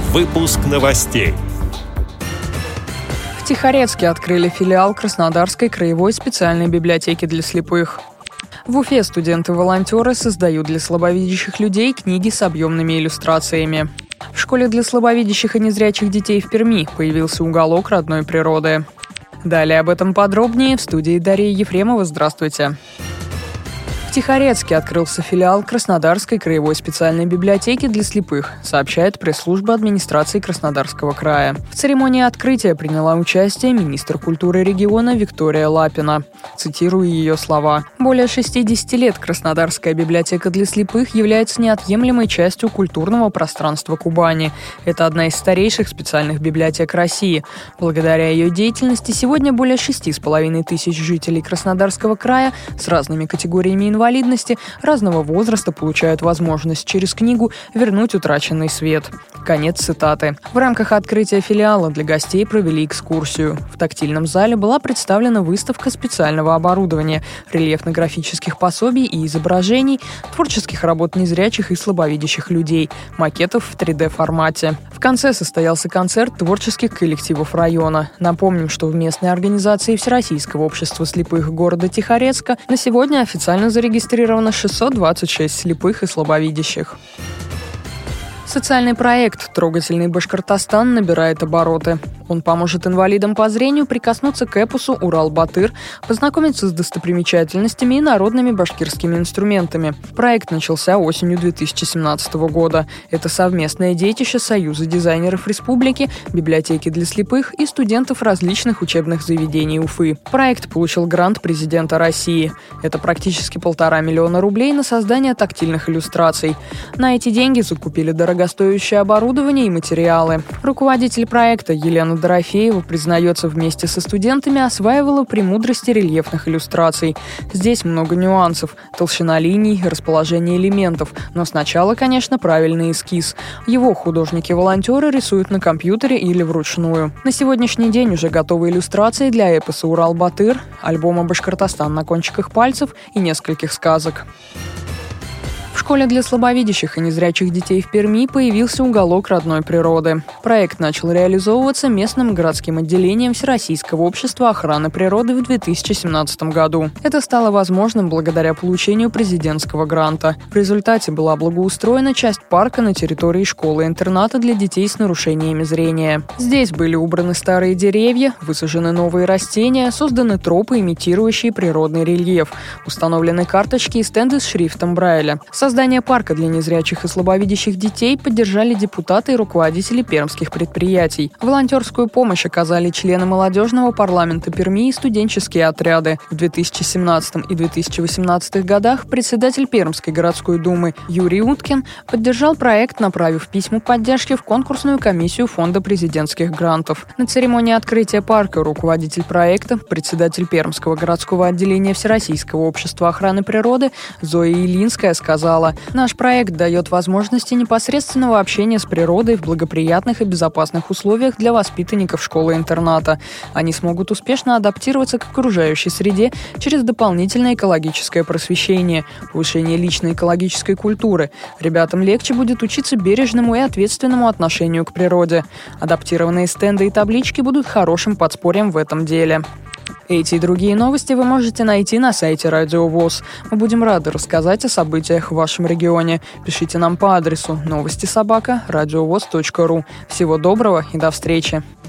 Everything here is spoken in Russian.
Выпуск новостей. В Тихорецке открыли филиал Краснодарской краевой специальной библиотеки для слепых. В Уфе студенты-волонтеры создают для слабовидящих людей книги с объемными иллюстрациями. В школе для слабовидящих и незрячих детей в Перми появился уголок родной природы. Далее об этом подробнее в студии Дарья Ефремова. Здравствуйте. В Тихорецке открылся филиал Краснодарской краевой специальной библиотеки для слепых, сообщает пресс-служба администрации Краснодарского края. В церемонии открытия приняла участие министр культуры региона Виктория Лапина. Цитирую ее слова. «Более 60 лет Краснодарская библиотека для слепых является неотъемлемой частью культурного пространства Кубани. Это одна из старейших специальных библиотек России. Благодаря ее деятельности сегодня более 6,5 тысяч жителей Краснодарского края с разными категориями инвалидности разного возраста получают возможность через книгу вернуть утраченный свет». Конец цитаты. В рамках открытия филиала для гостей провели экскурсию. В тактильном зале была представлена выставка специального оборудования, рельефно-графических пособий и изображений, творческих работ незрячих и слабовидящих людей, макетов в 3D-формате. В конце состоялся концерт творческих коллективов района. Напомним, что в местной организации Всероссийского общества слепых города Тихорецка на сегодня официально зарегистрировано 626 слепых и слабовидящих. Социальный проект «Трогательный Башкортостан» набирает обороты. Он поможет инвалидам по зрению прикоснуться к эпосу «Урал-Батыр», познакомиться с достопримечательностями и народными башкирскими инструментами. Проект начался осенью 2017 года. Это совместное детище Союза дизайнеров республики, библиотеки для слепых и студентов различных учебных заведений Уфы. Проект получил грант президента России. Это практически 1,5 миллиона рублей на создание тактильных иллюстраций. На эти деньги закупили дорогостоящее оборудование и материалы. Руководитель проекта Елена Дорофеева признается, вместе со студентами осваивала премудрости рельефных иллюстраций. Здесь много нюансов: толщина линий, расположение элементов. Но сначала, конечно, правильный эскиз. Его художники-волонтеры рисуют на компьютере или вручную. На сегодняшний день уже готовы иллюстрации для эпоса «Урал-Батыр», альбома «Башкортостан на кончиках пальцев» и нескольких сказок. В школе для слабовидящих и незрячих детей в Перми появился уголок родной природы. Проект начал реализовываться местным городским отделением Всероссийского общества охраны природы в 2017 году. Это стало возможным благодаря получению президентского гранта. В результате была благоустроена часть парка на территории школы-интерната для детей с нарушениями зрения. Здесь были убраны старые деревья, высажены новые растения, созданы тропы, имитирующие природный рельеф, установлены карточки и стенды с шрифтом Брайля. Создание парка для незрячих и слабовидящих детей поддержали депутаты и руководители пермских предприятий. Волонтерскую помощь оказали члены молодежного парламента Перми и студенческие отряды. В 2017 и 2018 годах председатель Пермской городской думы Юрий Уткин поддержал проект, направив письма поддержки в конкурсную комиссию Фонда президентских грантов. На церемонии открытия парка руководитель проекта, председатель Пермского городского отделения Всероссийского общества охраны природы Зоя Илинская сказала: «Наш проект дает возможности непосредственного общения с природой в благоприятных и безопасных условиях для воспитанников школы-интерната. Они смогут успешно адаптироваться к окружающей среде через дополнительное экологическое просвещение, повышение личной экологической культуры. Ребятам легче будет учиться бережному и ответственному отношению к природе. Адаптированные стенды и таблички будут хорошим подспорьем в этом деле». Эти и другие новости вы можете найти на сайте Радио ВОС. Мы будем рады рассказать о событиях в вашем регионе. Пишите нам по адресу новости@радиовос.ру. Всего доброго и до встречи!